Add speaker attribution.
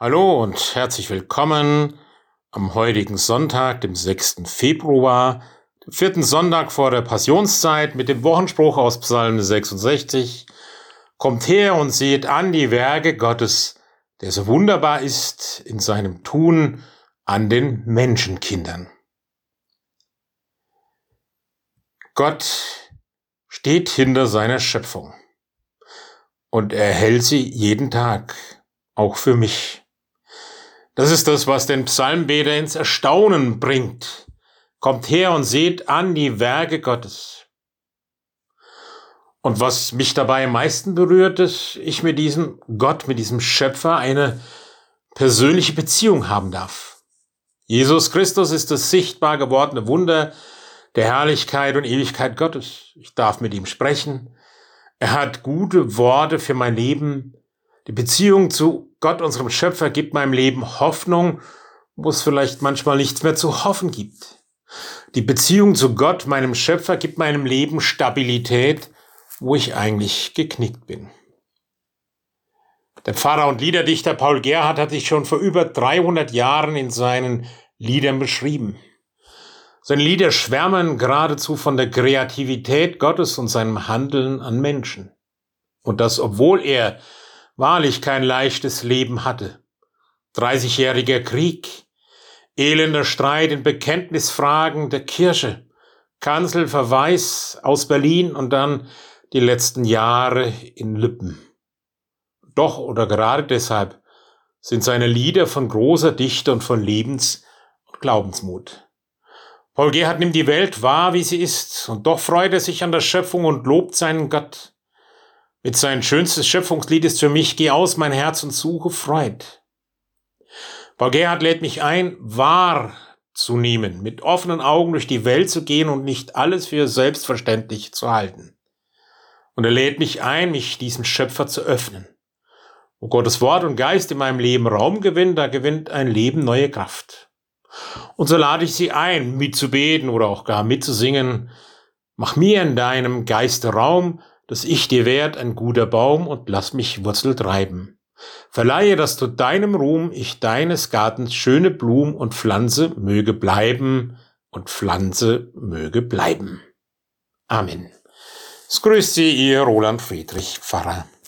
Speaker 1: Hallo und herzlich willkommen am heutigen Sonntag, dem 6. Februar, dem 4. Sonntag vor der Passionszeit mit dem Wochenspruch aus Psalm 66. Kommt her und seht an die Werke Gottes, der so wunderbar ist in seinem Tun an den Menschenkindern. Gott steht hinter seiner Schöpfung und er hält sie jeden Tag, auch für mich. Das ist das, was den Psalmbeter ins Erstaunen bringt. Kommt her und seht an die Werke Gottes. Und was mich dabei am meisten berührt, dass ich mit diesem Gott, mit diesem Schöpfer eine persönliche Beziehung haben darf. Jesus Christus ist das sichtbar gewordene Wunder der Herrlichkeit und Ewigkeit Gottes. Ich darf mit ihm sprechen. Er hat gute Worte für mein Leben. Die Beziehung zu Gott, unserem Schöpfer, gibt meinem Leben Hoffnung, wo es vielleicht manchmal nichts mehr zu hoffen gibt. Die Beziehung zu Gott, meinem Schöpfer, gibt meinem Leben Stabilität, wo ich eigentlich geknickt bin. Der Pfarrer und Liederdichter Paul Gerhardt hat sich schon vor über 300 Jahren in seinen Liedern beschrieben. Seine Lieder schwärmen geradezu von der Kreativität Gottes und seinem Handeln an Menschen. Und das, obwohl er wahrlich kein leichtes Leben hatte. 30-jähriger Krieg, elender Streit in Bekenntnisfragen der Kirche, Kanzelverweis aus Berlin und dann die letzten Jahre in Lippen. Doch oder gerade deshalb sind seine Lieder von großer Dichte und von Lebens- und Glaubensmut. Paul Gerhardt nimmt die Welt wahr, wie sie ist, und doch freut er sich an der Schöpfung und lobt seinen Gott. Mit sein schönstes Schöpfungslied ist für mich: Geh aus, mein Herz, und suche Freud. Paul Gerhardt lädt mich ein, wahrzunehmen, mit offenen Augen durch die Welt zu gehen und nicht alles für selbstverständlich zu halten. Und er lädt mich ein, mich diesem Schöpfer zu öffnen. Wo Gottes Wort und Geist in meinem Leben Raum gewinnt, da gewinnt ein Leben neue Kraft. Und so lade ich Sie ein, mitzubeten oder auch gar mitzusingen. Mach mir in deinem Geiste Raum, dass ich dir werd ein guter Baum und lass mich Wurzel treiben. Verleihe, dass zu deinem Ruhm ich deines Gartens schöne Blum und Pflanze möge bleiben und Pflanze möge bleiben. Amen. Es grüßt Sie, Ihr Roland Friedrich Pfarrer.